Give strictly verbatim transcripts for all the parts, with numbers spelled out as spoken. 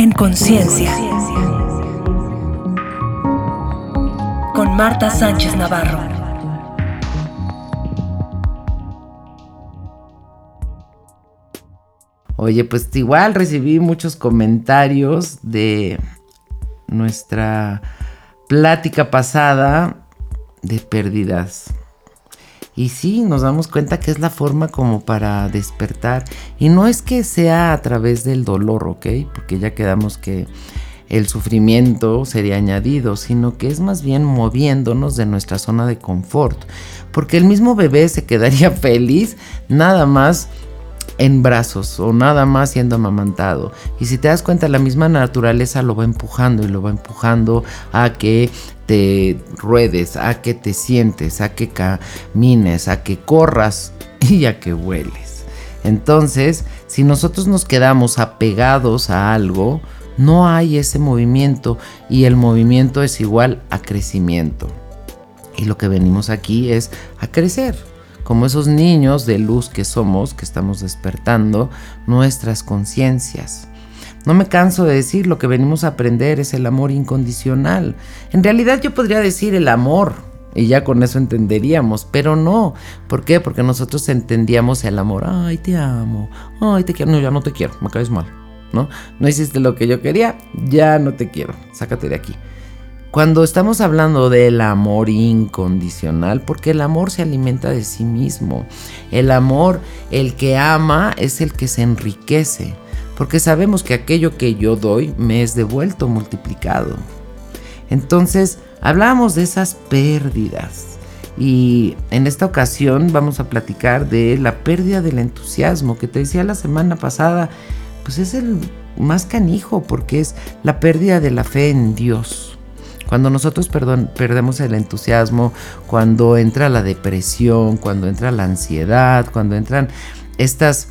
En Conciencia, con Marta Sánchez Navarro. Oye, pues igual recibí muchos comentarios de nuestra plática pasada de pérdidas. Y sí, nos damos cuenta que es la forma como para despertar. Y no es que sea a través del dolor, ¿ok? Porque ya quedamos que el sufrimiento sería añadido, sino que es más bien moviéndonos de nuestra zona de confort. Porque el mismo bebé se quedaría feliz nada más en brazos o nada más siendo amamantado. Y si te das cuenta, la misma naturaleza lo va empujando y lo va empujando a que te ruedes, a que te sientes, a que camines, a que corras y a que vueles. Entonces, si nosotros nos quedamos apegados a algo, no hay ese movimiento, y el movimiento es igual a crecimiento. Y lo que venimos aquí es a crecer, como esos niños de luz que somos, que estamos despertando nuestras conciencias. No me canso de decir, lo que venimos a aprender es el amor incondicional. En realidad yo podría decir el amor, y ya con eso entenderíamos, pero no. ¿Por qué? Porque nosotros entendíamos el amor. Ay, te amo, ay, te quiero. No, ya no te quiero, me caes mal, ¿no? No hiciste lo que yo quería, ya no te quiero, sácate de aquí. Cuando estamos hablando del amor incondicional, porque el amor se alimenta de sí mismo. El amor, el que ama, es el que se enriquece, porque sabemos que aquello que yo doy me es devuelto multiplicado. Entonces, hablamos de esas pérdidas, y en esta ocasión vamos a platicar de la pérdida del entusiasmo, que te decía la semana pasada, pues es el más canijo, porque es la pérdida de la fe en Dios. Cuando nosotros perdón, perdemos el entusiasmo, cuando entra la depresión, cuando entra la ansiedad, cuando entran estas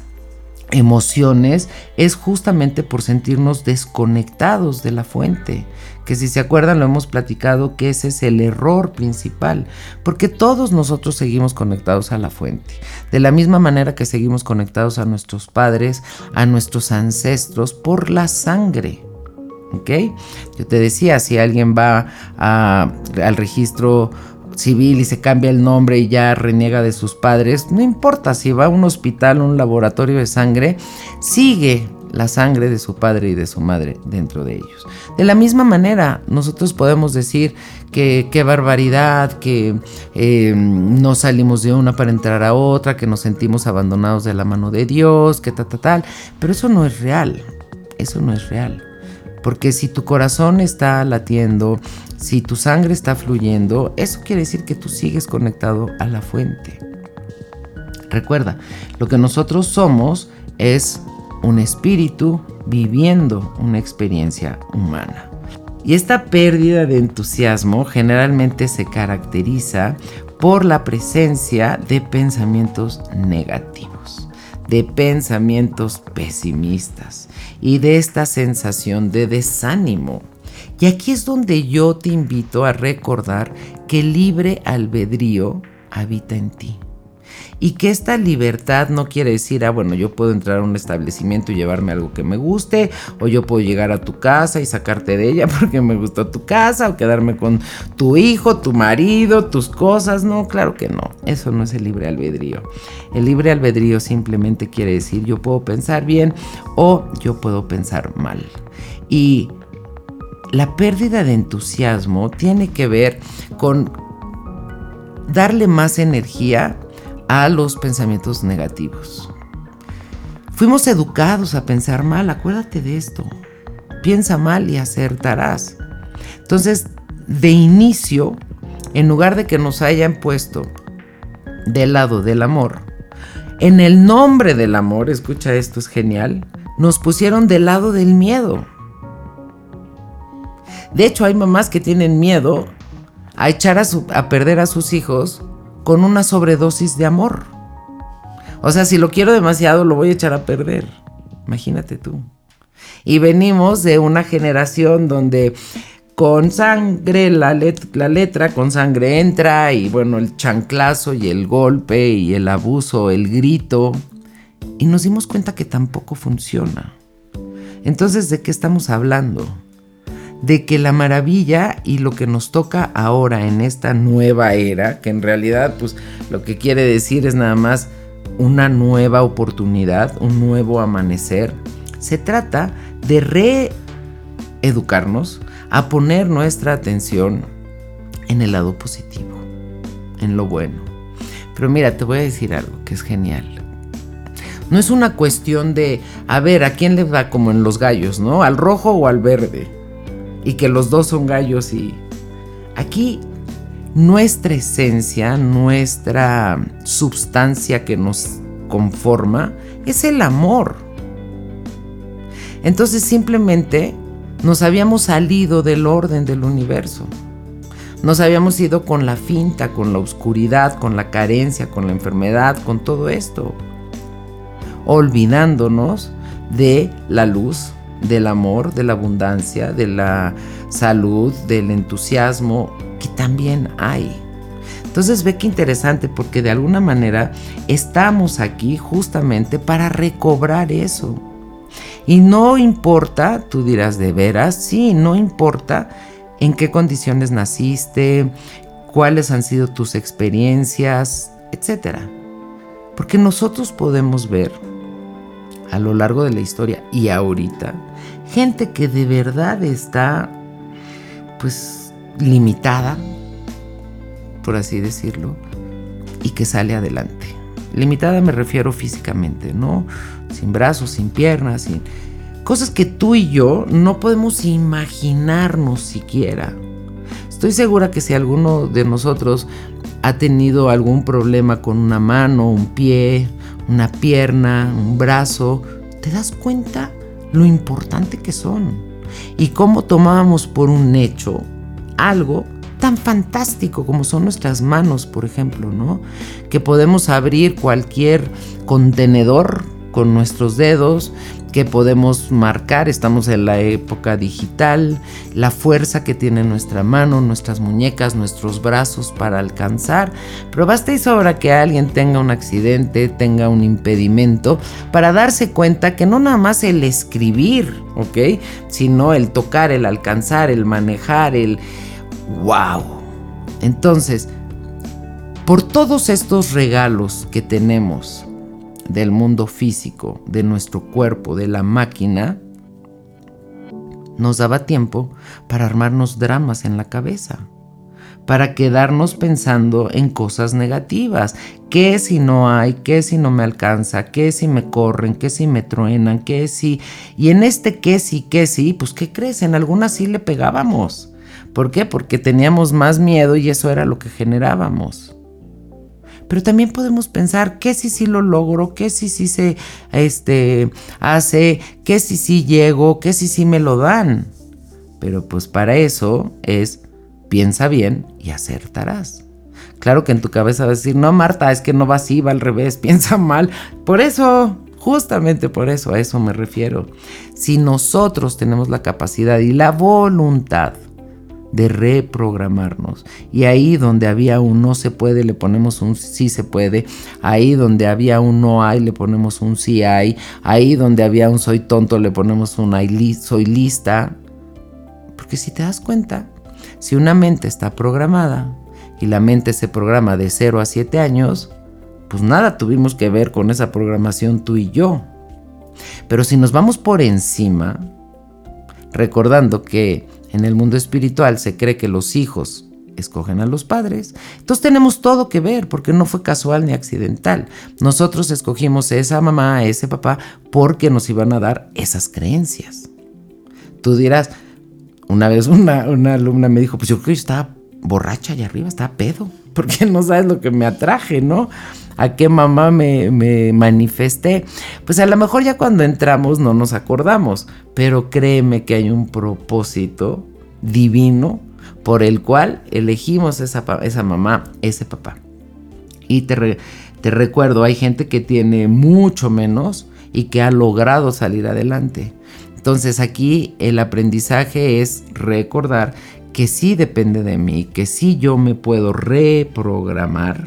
emociones, es justamente por sentirnos desconectados de la fuente. Que si se acuerdan, lo hemos platicado, que ese es el error principal, porque todos nosotros seguimos conectados a la fuente, de la misma manera que seguimos conectados a nuestros padres, a nuestros ancestros, por la sangre. ¿Ok? Yo te decía, si alguien va a, al registro civil y se cambia el nombre y ya reniega de sus padres, no importa si va a un hospital o un laboratorio de sangre, sigue la sangre de su padre y de su madre dentro de ellos. De la misma manera, nosotros podemos decir que qué barbaridad, que eh, no salimos de una para entrar a otra, que nos sentimos abandonados de la mano de Dios, que tal, tal, tal, pero eso no es real, eso no es real. Porque si tu corazón está latiendo, si tu sangre está fluyendo, eso quiere decir que tú sigues conectado a la fuente. Recuerda, lo que nosotros somos es un espíritu viviendo una experiencia humana. Y esta pérdida de entusiasmo generalmente se caracteriza por la presencia de pensamientos negativos, de pensamientos pesimistas y de esta sensación de desánimo. Y aquí es donde yo te invito a recordar que el libre albedrío habita en ti. Y que esta libertad no quiere decir, ah, bueno, yo puedo entrar a un establecimiento y llevarme algo que me guste, o yo puedo llegar a tu casa y sacarte de ella porque me gustó tu casa, o quedarme con tu hijo, tu marido, tus cosas. No, claro que no, eso no es el libre albedrío. El libre albedrío simplemente quiere decir, yo puedo pensar bien o yo puedo pensar mal. Y la pérdida de entusiasmo tiene que ver con darle más energía a los pensamientos negativos. Fuimos educados a pensar mal, acuérdate de esto. Piensa mal y acertarás. Entonces, de inicio, en lugar de que nos hayan puesto del lado del amor, en el nombre del amor, escucha esto, es genial, nos pusieron del lado del miedo. De hecho, hay mamás que tienen miedo a echar a, su, a perder a sus hijos con una sobredosis de amor. O sea, si lo quiero demasiado, lo voy a echar a perder. Imagínate tú. Y venimos de una generación donde con sangre, la, let- la letra con sangre entra, y bueno, el chanclazo y el golpe y el abuso, el grito. Y nos dimos cuenta que tampoco funciona. Entonces, ¿de qué estamos hablando? De que la maravilla y lo que nos toca ahora en esta nueva era, que en realidad pues lo que quiere decir es nada más una nueva oportunidad, un nuevo amanecer, se trata de reeducarnos a poner nuestra atención en el lado positivo, en lo bueno. Pero mira, te voy a decir algo que es genial. No es una cuestión de, a ver, ¿a quién le va como en los gallos, no? ¿Al rojo o al verde? Y que los dos son gallos y... Aquí nuestra esencia, nuestra substancia que nos conforma es el amor. Entonces simplemente nos habíamos salido del orden del universo. Nos habíamos ido con la finta, con la oscuridad, con la carencia, con la enfermedad, con todo esto. Olvidándonos de la luz, del amor, de la abundancia, de la salud, del entusiasmo que también hay. Entonces ve qué interesante, porque de alguna manera estamos aquí justamente para recobrar eso. Y no importa, tú dirás, ¿de veras? Sí, no importa en qué condiciones naciste, cuáles han sido tus experiencias, etcétera. Porque nosotros podemos ver a lo largo de la historia y ahorita gente que de verdad está pues limitada, por así decirlo, y que sale adelante. Limitada me refiero físicamente, ¿no? Sin brazos, sin piernas, sin... cosas que tú y yo no podemos imaginarnos siquiera. Estoy segura que si alguno de nosotros ha tenido algún problema con una mano, un pie, una pierna, un brazo, te das cuenta lo importante que son y cómo tomábamos por un hecho algo tan fantástico como son nuestras manos, por ejemplo, ¿no? Que podemos abrir cualquier contenedor con nuestros dedos, que podemos marcar, estamos en la época digital, la fuerza que tiene nuestra mano, nuestras muñecas, nuestros brazos para alcanzar, pero basta y sobra que alguien tenga un accidente, tenga un impedimento, para darse cuenta que no nada más el escribir, ¿ok? Sino el tocar, el alcanzar, el manejar, el... ¡wow! Entonces, por todos estos regalos que tenemos del mundo físico, de nuestro cuerpo, de la máquina, nos daba tiempo para armarnos dramas en la cabeza, para quedarnos pensando en cosas negativas. ¿Qué si no hay? ¿Qué si no me alcanza? ¿Qué si me corren? ¿Qué si me truenan? ¿Qué si? Y en este qué si, qué si, pues ¿qué crees? En algunas sí le pegábamos. ¿Por qué? Porque teníamos más miedo y eso era lo que generábamos. Pero también podemos pensar, ¿qué si sí lo logro? ¿Qué si sí se este, hace? ¿Qué si sí llego? ¿Qué si sí me lo dan? Pero pues para eso es, piensa bien y acertarás. Claro que en tu cabeza vas a decir, no Marta, es que no va así, va al revés, piensa mal. Por eso, justamente por eso, a eso me refiero. Si nosotros tenemos la capacidad y la voluntad de reprogramarnos, y ahí donde había un no se puede le ponemos un sí se puede, ahí donde había un no hay le ponemos un sí hay, ahí donde había un soy tonto le ponemos un hay, soy lista. Porque si te das cuenta, si una mente está programada y la mente se programa de cero a siete años, pues nada tuvimos que ver con esa programación tú y yo. Pero si nos vamos por encima, recordando que en el mundo espiritual se cree que los hijos escogen a los padres, entonces tenemos todo que ver, porque no fue casual ni accidental. Nosotros escogimos esa mamá, a ese papá, porque nos iban a dar esas creencias. Tú dirás, una vez una, una alumna me dijo, pues yo creo que yo estaba borracha allá arriba, estaba pedo, porque no sabes lo que me atraje, ¿no? ¿A qué mamá me, me manifesté? Pues a lo mejor ya cuando entramos no nos acordamos, pero créeme que hay un propósito divino por el cual elegimos esa, esa mamá, ese papá. Y te, re, te recuerdo, hay gente que tiene mucho menos y que ha logrado salir adelante. Entonces aquí el aprendizaje es recordar que sí depende de mí, que sí yo me puedo reprogramar.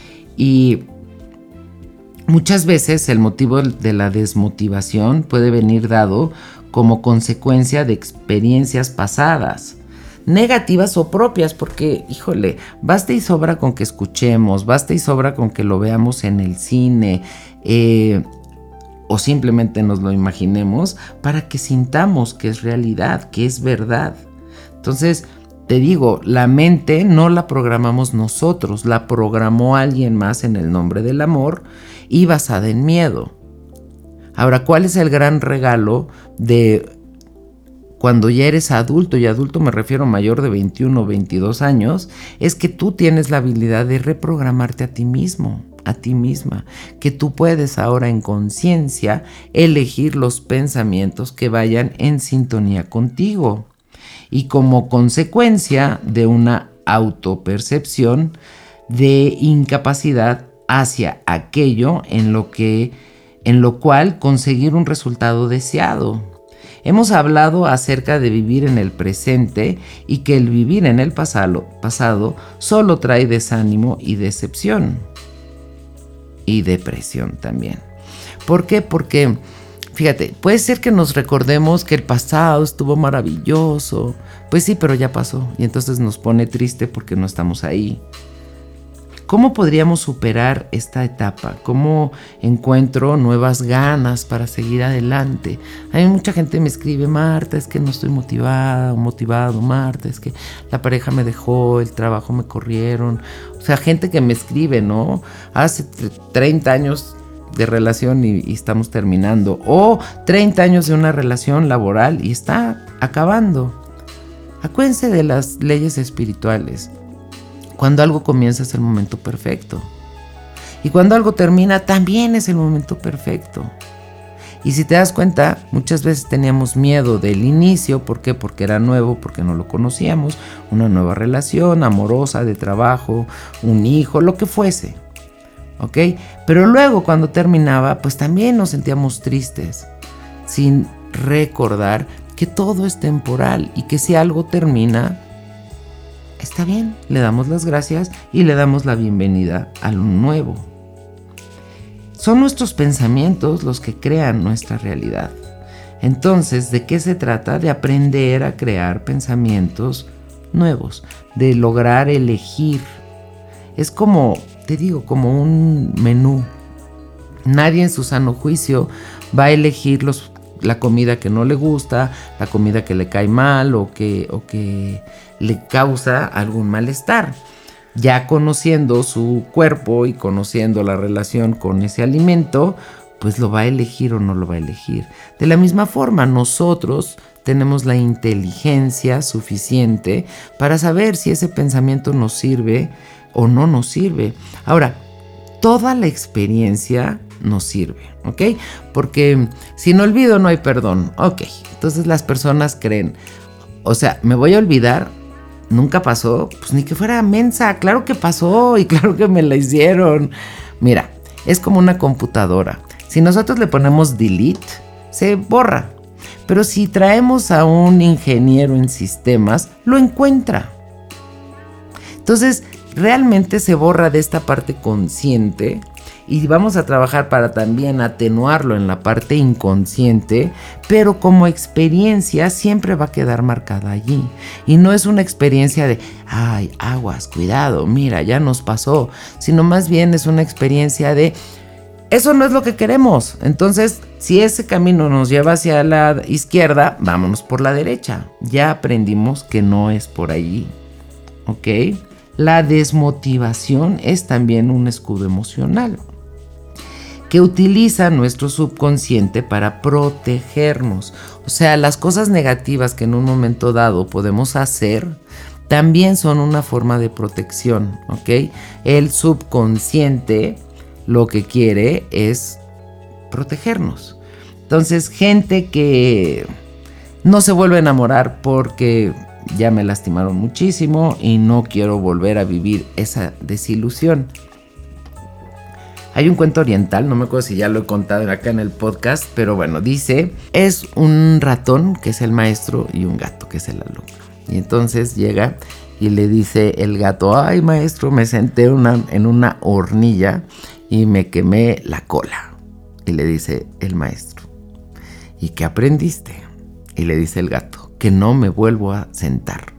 Y muchas veces el motivo de la desmotivación puede venir dado como consecuencia de experiencias pasadas, negativas o propias, porque, híjole, basta y sobra con que escuchemos, basta y sobra con que lo veamos en el cine, eh, o simplemente nos lo imaginemos para que sintamos que es realidad, que es verdad. Entonces, te digo, la mente no la programamos nosotros, la programó alguien más en el nombre del amor y basada en miedo. Ahora, ¿cuál es el gran regalo de cuando ya eres adulto? Y adulto me refiero a mayor de veintiuno o veintidós años, es que tú tienes la habilidad de reprogramarte a ti mismo, a ti misma, que tú puedes ahora en conciencia elegir los pensamientos que vayan en sintonía contigo. Y como consecuencia de una autopercepción de incapacidad hacia aquello en lo que, en lo cual conseguir un resultado deseado. Hemos hablado acerca de vivir en el presente y que el vivir en el pasado, pasado solo trae desánimo y decepción. Y depresión también. ¿Por qué? Porque, fíjate, puede ser que nos recordemos que el pasado estuvo maravilloso. Pues sí, pero ya pasó. Y entonces nos pone triste porque no estamos ahí. ¿Cómo podríamos superar esta etapa? ¿Cómo encuentro nuevas ganas para seguir adelante? Hay mucha gente que me escribe, Marta, es que no estoy motivada o motivado, Marta, es que la pareja me dejó, el trabajo me corrieron. O sea, gente que me escribe, ¿no? Hace treinta años de relación y, y estamos terminando. O treinta años de una relación laboral y está acabando. Acuérdense de las leyes espirituales. Cuando algo comienza es el momento perfecto. Y cuando algo termina también es el momento perfecto. Y si te das cuenta, muchas veces teníamos miedo del inicio. ¿Por qué? Porque era nuevo, porque no lo conocíamos. Una nueva relación amorosa, de trabajo, un hijo, lo que fuese. ¿Ok? Pero luego cuando terminaba, pues también nos sentíamos tristes. Sin recordar que todo es temporal y que si algo termina, está bien, le damos las gracias y le damos la bienvenida a lo nuevo. Son nuestros pensamientos los que crean nuestra realidad. Entonces, ¿de qué se trata? De aprender a crear pensamientos nuevos, de lograr elegir. Es como, te digo, como un menú. Nadie en su sano juicio va a elegir los, la comida que no le gusta, la comida que le cae mal o que... O que le causa algún malestar. Ya conociendo su cuerpo y conociendo la relación con ese alimento, pues lo va a elegir o no lo va a elegir. De la misma forma, nosotros tenemos la inteligencia suficiente para saber si ese pensamiento nos sirve o no nos sirve. Ahora, toda la experiencia nos sirve, ¿ok? Porque sin olvido no hay perdón. Ok, entonces las personas creen, o sea, me voy a olvidar. ¿Nunca pasó? Pues ni que fuera mensa. Claro que pasó y claro que me la hicieron. Mira, es como una computadora. Si nosotros le ponemos delete, se borra. Pero si traemos a un ingeniero en sistemas, lo encuentra. Entonces, realmente se borra de esta parte consciente y vamos a trabajar para también atenuarlo en la parte inconsciente, pero como experiencia siempre va a quedar marcada allí. Y no es una experiencia de, ay, aguas, cuidado, mira, ya nos pasó, sino más bien es una experiencia de, eso no es lo que queremos. Entonces, si ese camino nos lleva hacia la izquierda, vámonos por la derecha. Ya aprendimos que no es por allí, ¿ok? La desmotivación es también un escudo emocional que utiliza nuestro subconsciente para protegernos. O sea, las cosas negativas que en un momento dado podemos hacer también son una forma de protección, ¿ok? El subconsciente lo que quiere es protegernos. Entonces, gente que no se vuelve a enamorar porque ya me lastimaron muchísimo y no quiero volver a vivir esa desilusión. Hay un cuento oriental, no me acuerdo si ya lo he contado acá en el podcast, pero bueno, dice, es un ratón que es el maestro y un gato que es el alumno. Y entonces llega y le dice el gato, ay maestro, me senté una, en una hornilla y me quemé la cola. Y le dice el maestro, ¿y qué aprendiste? Y le dice el gato, que no me vuelvo a sentar.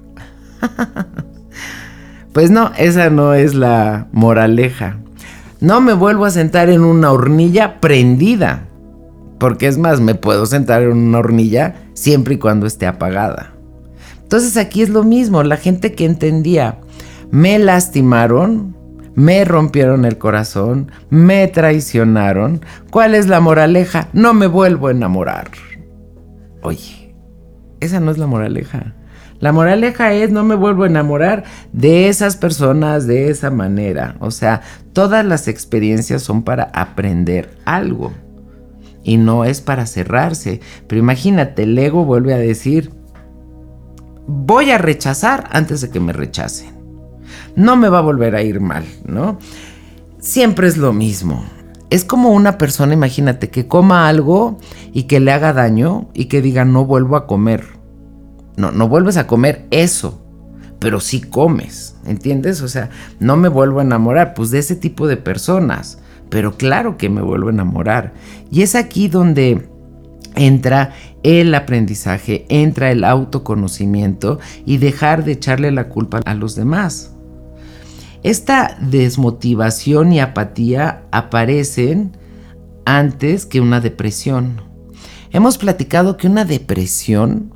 Pues no, esa no es la moraleja. No me vuelvo a sentar en una hornilla prendida. Porque es más, me puedo sentar en una hornilla siempre y cuando esté apagada. Entonces aquí es lo mismo, la gente que entendía, me lastimaron, me rompieron el corazón, me traicionaron. ¿Cuál es la moraleja? No me vuelvo a enamorar. Oye, esa no es la moraleja. La moraleja es no me vuelvo a enamorar de esas personas de esa manera. O sea, todas las experiencias son para aprender algo. Y no es para cerrarse. Pero imagínate, el ego vuelve a decir, voy a rechazar antes de que me rechacen. No me va a volver a ir mal, ¿no? Siempre es lo mismo. Es como una persona, imagínate, que coma algo y que le haga daño y que diga, no vuelvo a comer. No, no vuelves a comer eso, pero sí comes, ¿entiendes? O sea, no me vuelvo a enamorar, pues de ese tipo de personas. Pero claro que me vuelvo a enamorar. Y es aquí donde entra el aprendizaje, entra el autoconocimiento y dejar de echarle la culpa a los demás. Esta desmotivación y apatía aparecen antes que una depresión. Hemos platicado que una depresión,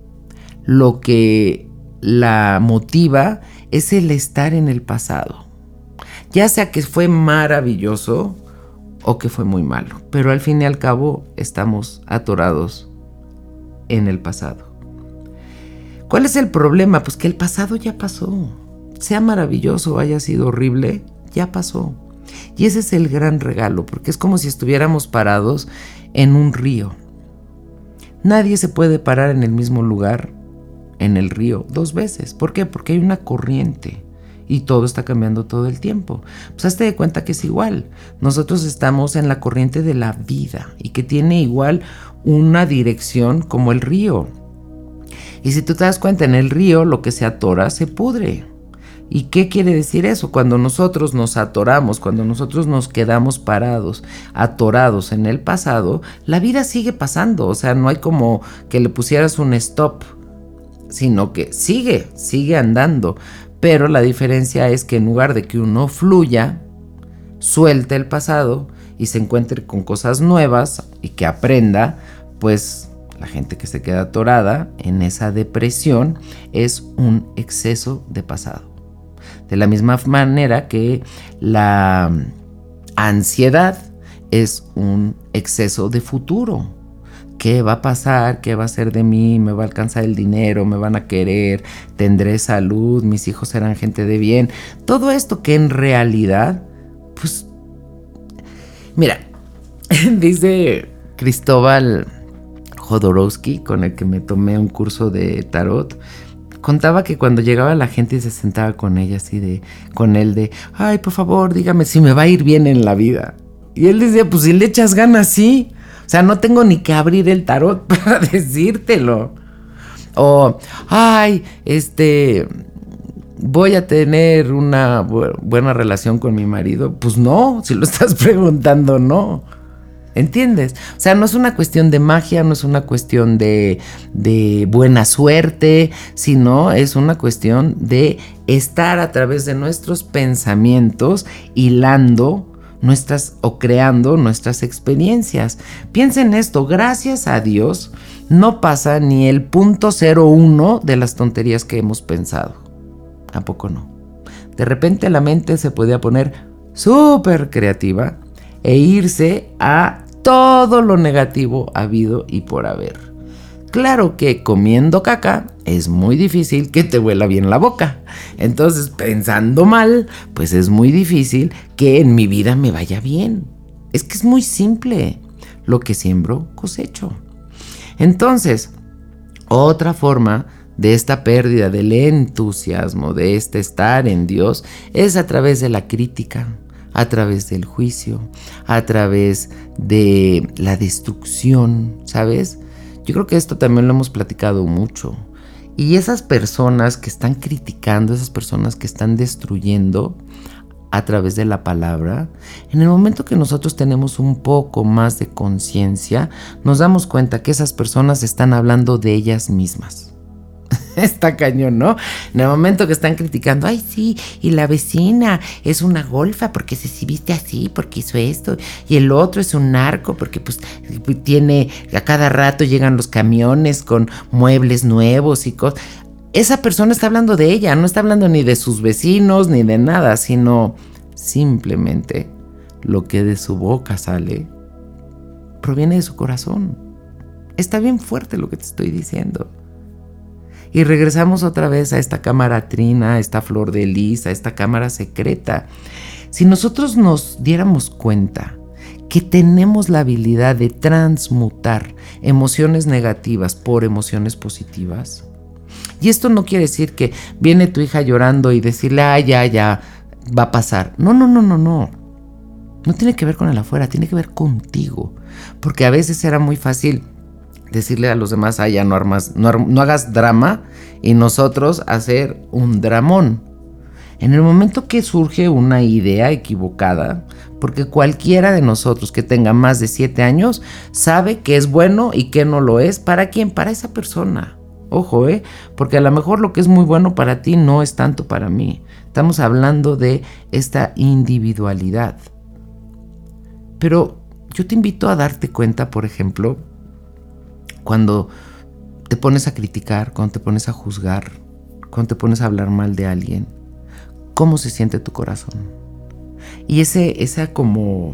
lo que la motiva es el estar en el pasado. Ya sea que fue maravilloso o que fue muy malo, pero al fin y al cabo estamos atorados en el pasado. ¿Cuál es el problema? Pues que el pasado ya pasó. Sea maravilloso o haya sido horrible, ya pasó. Y ese es el gran regalo, porque es como si estuviéramos parados en un río. Nadie se puede parar en el mismo lugar, en el río, dos veces. ¿Por qué? Porque hay una corriente. Y todo está cambiando todo el tiempo. Pues hazte de cuenta que es igual. Nosotros estamos en la corriente de la vida y que tiene igual una dirección como el río. Y si tú te das cuenta, en el río lo que se atora se pudre. ¿Y qué quiere decir eso? Cuando nosotros nos atoramos, cuando nosotros nos quedamos parados, atorados en el pasado, la vida sigue pasando. O sea, no hay como que le pusieras un stop, sino que sigue, sigue andando. Pero la diferencia es que en lugar de que uno fluya, suelte el pasado y se encuentre con cosas nuevas y que aprenda, pues la gente que se queda atorada en esa depresión es un exceso de pasado. De la misma manera que la ansiedad es un exceso de futuro. ¿Qué va a pasar? ¿Qué va a ser de mí? ¿Me va a alcanzar el dinero? ¿Me van a querer? ¿Tendré salud? ¿Mis hijos serán gente de bien? Todo esto que en realidad, pues, mira, dice Cristóbal Jodorowsky, con el que me tomé un curso de tarot, contaba que cuando llegaba la gente y se sentaba con ella así de, con él de, ay, por favor, dígame si me va a ir bien en la vida. Y él decía, pues si le echas ganas, sí. O sea, no tengo ni que abrir el tarot para decírtelo. O, ay, este, voy a tener una bu- buena relación con mi marido. Pues no, si lo estás preguntando, no. ¿Entiendes? O sea, no es una cuestión de magia, no es una cuestión de, de buena suerte, sino es una cuestión de estar a través de nuestros pensamientos hilando nuestras o creando nuestras experiencias. Piensa en esto, gracias a Dios no pasa ni el punto cero uno de las tonterías que hemos pensado. ¿A poco no? De repente la mente se podía poner súper creativa e irse a todo lo negativo habido y por haber. Claro que comiendo caca es muy difícil que te huela bien la boca. Entonces, pensando mal, pues es muy difícil que en mi vida me vaya bien. Es que es muy simple. Lo que siembro, cosecho. Entonces, otra forma de esta pérdida del entusiasmo, de este estar en Dios, es a través de la crítica, a través del juicio, a través de la destrucción, ¿sabes? Yo creo que esto también lo hemos platicado mucho. Y esas personas que están criticando, esas personas que están destruyendo, a través de la palabra, en el momento que nosotros tenemos un poco más de conciencia, nos damos cuenta que esas personas están hablando de ellas mismas. Está cañón, ¿no? En el momento que están criticando, ay, sí, y la vecina es una golfa porque se viste así, porque hizo esto, y el otro es un narco porque pues tiene, a cada rato llegan los camiones con muebles nuevos y cosas. Esa persona está hablando de ella, no está hablando ni de sus vecinos ni de nada, sino simplemente lo que de su boca sale proviene de su corazón. Está bien fuerte lo que te estoy diciendo. Y regresamos otra vez a esta cámara trina, a esta flor de lis, a esta cámara secreta. Si nosotros nos diéramos cuenta que tenemos la habilidad de transmutar emociones negativas por emociones positivas, y esto no quiere decir que viene tu hija llorando y decirle, ah, ya, ya, va a pasar. No, no, no, no, no. No tiene que ver con el afuera, tiene que ver contigo. Porque a veces era muy fácil decirle a los demás, ah, ya no armas, no, no hagas drama, y nosotros hacer un dramón. En el momento que surge una idea equivocada, porque cualquiera de nosotros que tenga más de siete años sabe que es bueno y que no lo es, ¿para quién? Para esa persona. Ojo, ¿eh? Porque a lo mejor lo que es muy bueno para ti no es tanto para mí. Estamos hablando de esta individualidad. Pero yo te invito a darte cuenta, por ejemplo, cuando te pones a criticar, cuando te pones a juzgar, cuando te pones a hablar mal de alguien, ¿cómo se siente tu corazón? Y ese, esa como,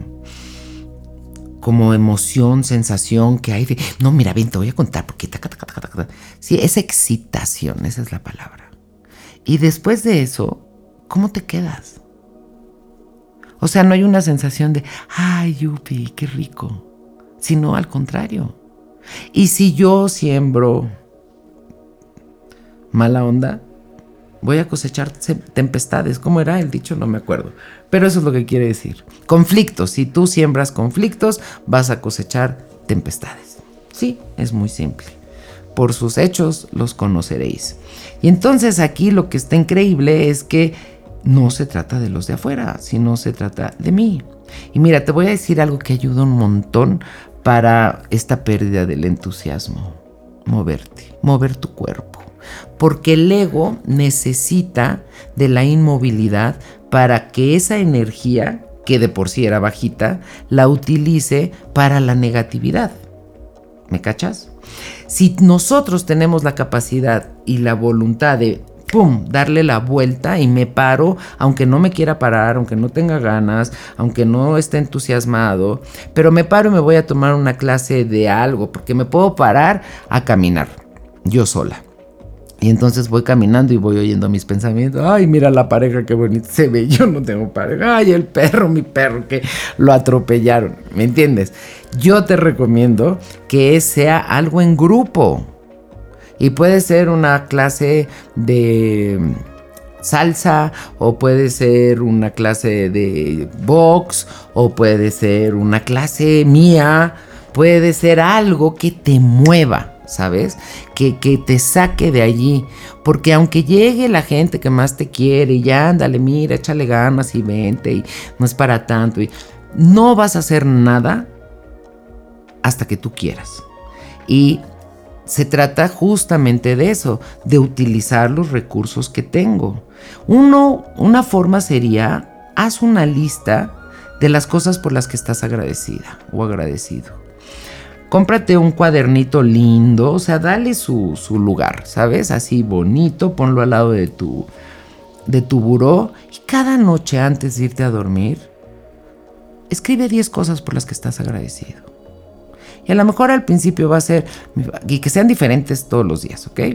como emoción, sensación que hay de, no, mira, ven, te voy a contar porque taca, taca, taca, taca. Sí, esa excitación, esa es la palabra. Y después de eso, ¿cómo te quedas? O sea, no hay una sensación de, ay, yupi, qué rico, sino al contrario. Y si yo siembro mala onda, voy a cosechar tempestades. ¿Cómo era el dicho? No me acuerdo. Pero eso es lo que quiere decir. Conflictos. Si tú siembras conflictos, vas a cosechar tempestades. Sí, es muy simple. Por sus hechos los conoceréis. Y entonces aquí lo que está increíble es que no se trata de los de afuera, sino se trata de mí. Y mira, te voy a decir algo que ayuda un montón para esta pérdida del entusiasmo. Moverte, mover tu cuerpo. Porque el ego necesita de la inmovilidad para que esa energía, que de por sí era bajita, la utilice para la negatividad. ¿Me cachas? Si nosotros tenemos la capacidad y la voluntad de ¡pum!, darle la vuelta y me paro, aunque no me quiera parar, aunque no tenga ganas, aunque no esté entusiasmado, pero me paro y me voy a tomar una clase de algo, porque me puedo parar a caminar, yo sola. Y entonces voy caminando y voy oyendo mis pensamientos. Ay, mira la pareja, qué bonito se ve. Yo no tengo pareja. Ay, el perro, mi perro, que lo atropellaron. ¿Me entiendes? Yo te recomiendo que sea algo en grupo. Y puede ser una clase de salsa, o puede ser una clase de box, o puede ser una clase mía. Puede ser algo que te mueva, ¿sabes? Que, que te saque de allí. Porque aunque llegue la gente que más te quiere y ya, ándale, mira, échale ganas y vente y no es para tanto, y no vas a hacer nada hasta que tú quieras. Y se trata justamente de eso, de utilizar los recursos que tengo. Uno, una forma sería, haz una lista de las cosas por las que estás agradecida o agradecido. Cómprate un cuadernito lindo, o sea, dale su, su lugar, ¿sabes? Así bonito, ponlo al lado de tu, de tu buró, y cada noche antes de irte a dormir, escribe diez cosas por las que estás agradecido. Y a lo mejor al principio va a ser, y que sean diferentes todos los días, ¿ok?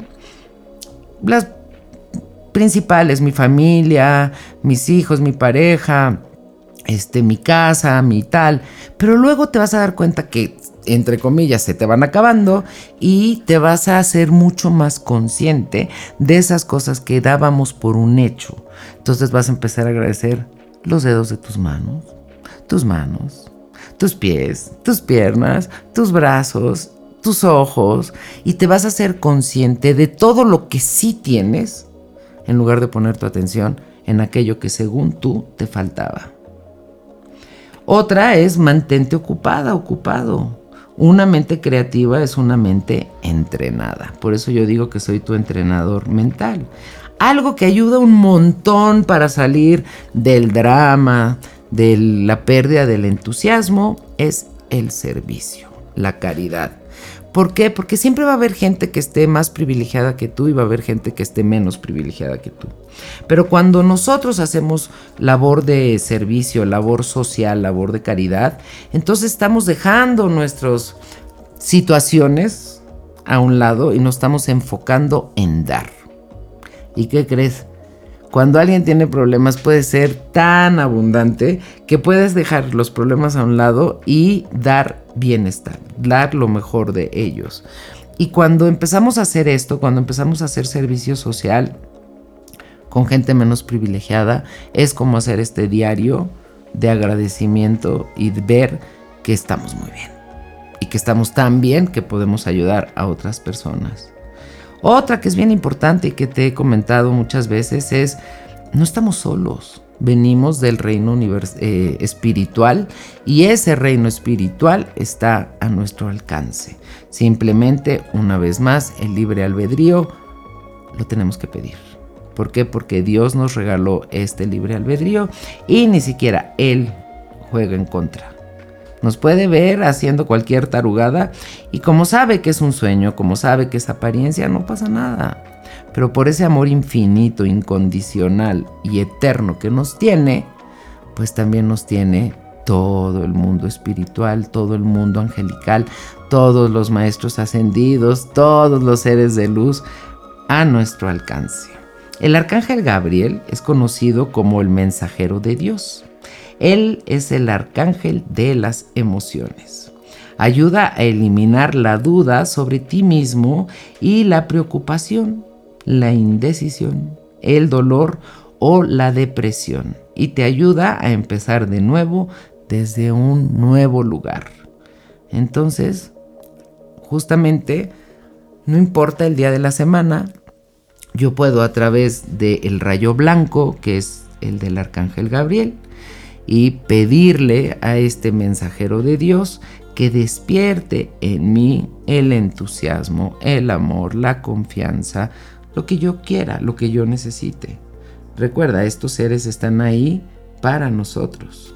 Las principales, mi familia, mis hijos, mi pareja, este, mi casa, mi tal, pero luego te vas a dar cuenta que, entre comillas, se te van acabando y te vas a hacer mucho más consciente de esas cosas que dábamos por un hecho. Entonces vas a empezar a agradecer los dedos de tus manos, tus manos, tus pies, tus piernas, tus brazos, tus ojos, y te vas a hacer consciente de todo lo que sí tienes, en lugar de poner tu atención en aquello que según tú te faltaba. Otra es mantente ocupada, ocupado. Una mente creativa es una mente entrenada. Por eso yo digo que soy tu entrenador mental. Algo que ayuda un montón para salir del drama, de la pérdida del entusiasmo, es el servicio, la caridad. ¿Por qué? Porque siempre va a haber gente que esté más privilegiada que tú y va a haber gente que esté menos privilegiada que tú. Pero cuando nosotros hacemos labor de servicio, labor social, labor de caridad, entonces estamos dejando nuestras situaciones a un lado y nos estamos enfocando en dar. ¿Y qué crees? Cuando alguien tiene problemas puede ser tan abundante que puedes dejar los problemas a un lado y dar bienestar, dar lo mejor de ellos. Y cuando empezamos a hacer esto, cuando empezamos a hacer servicio social con gente menos privilegiada, es como hacer este diario de agradecimiento y ver que estamos muy bien y que estamos tan bien que podemos ayudar a otras personas. Otra que es bien importante y que te he comentado muchas veces es, no estamos solos, venimos del reino univers- eh, espiritual y ese reino espiritual está a nuestro alcance. Simplemente, una vez más, el libre albedrío lo tenemos que pedir. ¿Por qué? Porque Dios nos regaló este libre albedrío y ni siquiera Él juega en contra. Nos puede ver haciendo cualquier tarugada y como sabe que es un sueño, como sabe que es apariencia, no pasa nada. Pero por ese amor infinito, incondicional y eterno que nos tiene, pues también nos tiene todo el mundo espiritual, todo el mundo angelical, todos los maestros ascendidos, todos los seres de luz a nuestro alcance. El arcángel Gabriel es conocido como el mensajero de Dios. Él es el arcángel de las emociones. Ayuda a eliminar la duda sobre ti mismo y la preocupación, la indecisión, el dolor o la depresión. Y te ayuda a empezar de nuevo desde un nuevo lugar. Entonces, justamente, no importa el día de la semana, yo puedo a través del rayo blanco, que es el del arcángel Gabriel, y pedirle a este mensajero de Dios que despierte en mí el entusiasmo, el amor, la confianza, lo que yo quiera, lo que yo necesite. Recuerda, estos seres están ahí para nosotros.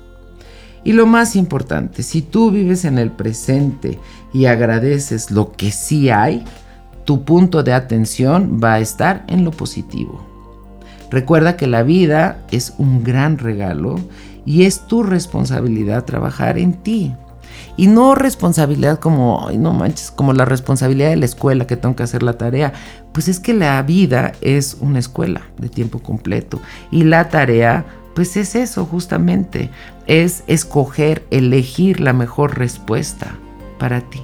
Y lo más importante, si tú vives en el presente y agradeces lo que sí hay, tu punto de atención va a estar en lo positivo. Recuerda que la vida es un gran regalo y es tu responsabilidad trabajar en ti. Y no responsabilidad como, ay, no manches, como la responsabilidad de la escuela que tengo que hacer la tarea. Pues es que la vida es una escuela de tiempo completo. Y la tarea, pues es eso justamente. Es escoger, elegir la mejor respuesta para ti.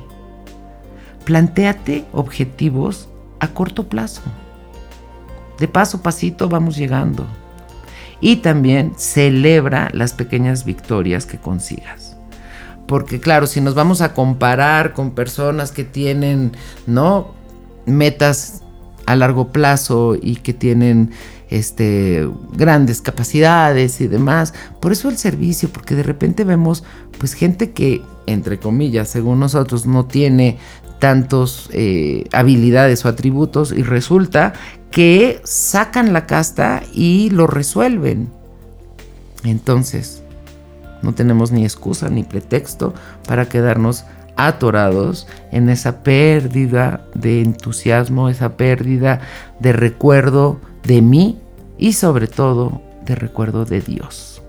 Plantéate objetivos a corto plazo. De paso a pasito vamos llegando. Y también celebra las pequeñas victorias que consigas. Porque claro, si nos vamos a comparar con personas que tienen, ¿no?, metas a largo plazo y que tienen este, grandes capacidades y demás, por eso el servicio, porque de repente vemos pues gente que, entre comillas, según nosotros, no tiene tantos eh, habilidades o atributos y resulta que sacan la casta y lo resuelven. Entonces, no tenemos ni excusa ni pretexto para quedarnos atorados en esa pérdida de entusiasmo, esa pérdida de recuerdo de mí y sobre todo de recuerdo de Dios.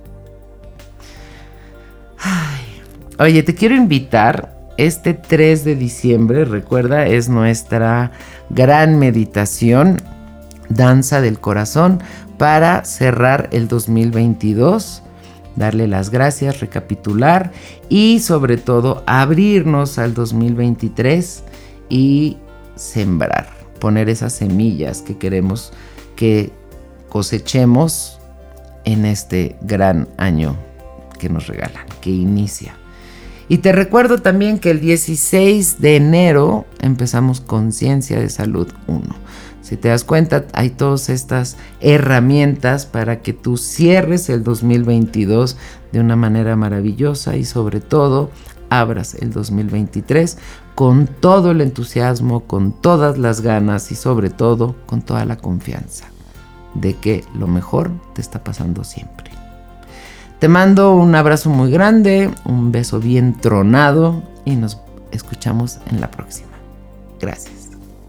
Ay, oye, te quiero invitar este tres de diciembre, recuerda, es nuestra gran meditación, Danza del Corazón, para cerrar el dos mil veintidós, darle las gracias, recapitular y sobre todo abrirnos al dos mil veintitrés y sembrar, poner esas semillas que queremos que cosechemos en este gran año que nos regalan, que inicia. Y te recuerdo también que el dieciséis de enero empezamos Conciencia de Salud uno. Si te das cuenta, hay todas estas herramientas para que tú cierres el dos mil veintidós de una manera maravillosa y sobre todo abras el dos mil veintitrés con todo el entusiasmo, con todas las ganas y sobre todo con toda la confianza de que lo mejor te está pasando siempre. Te mando un abrazo muy grande, un beso bien tronado y nos escuchamos en la próxima. Gracias.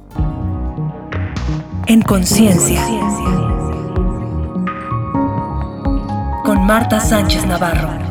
En Conciencia, con Marta Sánchez Navarro.